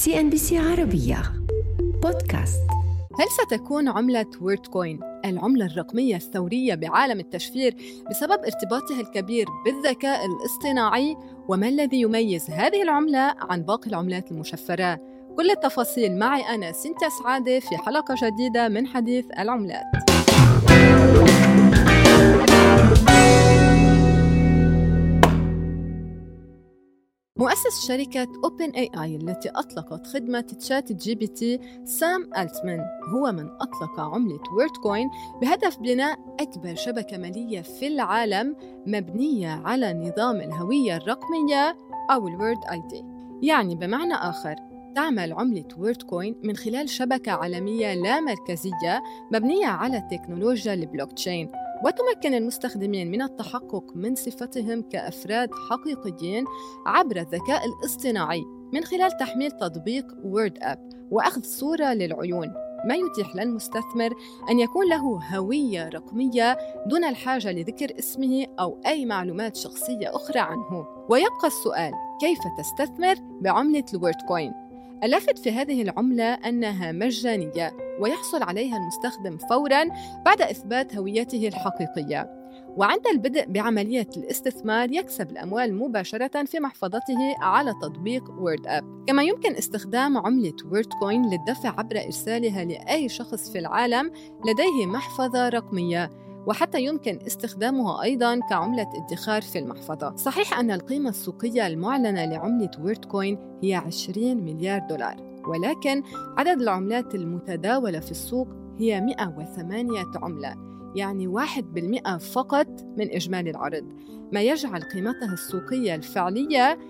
CNBC عربية بودكاست. هل ستكون عملة ووردكوين العملة الرقمية الثورية بعالم التشفير بسبب ارتباطها الكبير بالذكاء الاصطناعي؟ وما الذي يميز هذه العملة عن باقي العملات المشفرة؟ كل التفاصيل معي أنا سنتيا سعادة في حلقة جديدة من حديث العملات. مؤسس شركة OpenAI التي أطلقت خدمة تشات جي بي تي سام ألتمان هو من أطلق عملة ووردكوين بهدف بناء أكبر شبكة مالية في العالم مبنية على نظام الهوية الرقمية أو الورد ID. يعني بمعنى آخر تعمل عملة ووردكوين من خلال شبكة عالمية لا مركزية مبنية على تكنولوجيا البلوكتشين، وتمكن المستخدمين من التحقق من صفتهم كأفراد حقيقيين عبر الذكاء الاصطناعي من خلال تحميل تطبيق وورد أب وأخذ صورة للعيون، ما يتيح للمستثمر أن يكون له هوية رقمية دون الحاجة لذكر اسمه أو أي معلومات شخصية أخرى عنه. ويبقى السؤال: كيف تستثمر بعملة الووردكوين؟ اللافت في هذه العملة أنها مجانية ويحصل عليها المستخدم فوراً بعد إثبات هويته الحقيقية، وعند البدء بعملية الاستثمار يكسب الأموال مباشرة في محفظته على تطبيق وورد أب. كما يمكن استخدام عملة ووردكوين للدفع عبر إرسالها لأي شخص في العالم لديه محفظة رقمية، وحتى يمكن استخدامها أيضاً كعملة ادخار في المحفظة. صحيح أن القيمة السوقية المعلنة لعملة ووردكوين هي 20 مليار دولار، ولكن عدد العملات المتداولة في السوق هي 108 عملة، يعني 1% فقط من إجمالي العرض، ما يجعل قيمتها السوقية الفعلية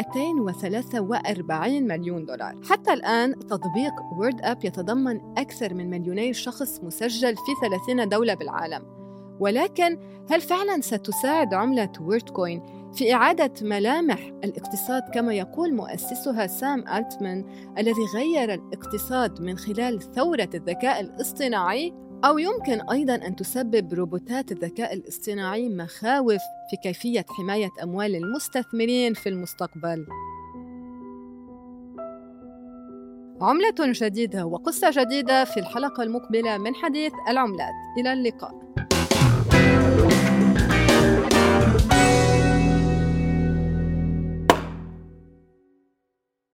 243 مليون دولار. حتى الآن تطبيق وورد أب يتضمن أكثر من 2 شخص مسجل في 30 دولة بالعالم. ولكن هل فعلاً ستساعد عملة ووردكوين في إعادة ملامح الاقتصاد كما يقول مؤسسها سام ألتمان الذي غير الاقتصاد من خلال ثورة الذكاء الاصطناعي؟ أو يمكن أيضاً أن تسبب روبوتات الذكاء الاصطناعي مخاوف في كيفية حماية أموال المستثمرين في المستقبل؟ عملة جديدة وقصة جديدة في الحلقة المقبلة من حديث العملات. إلى اللقاء.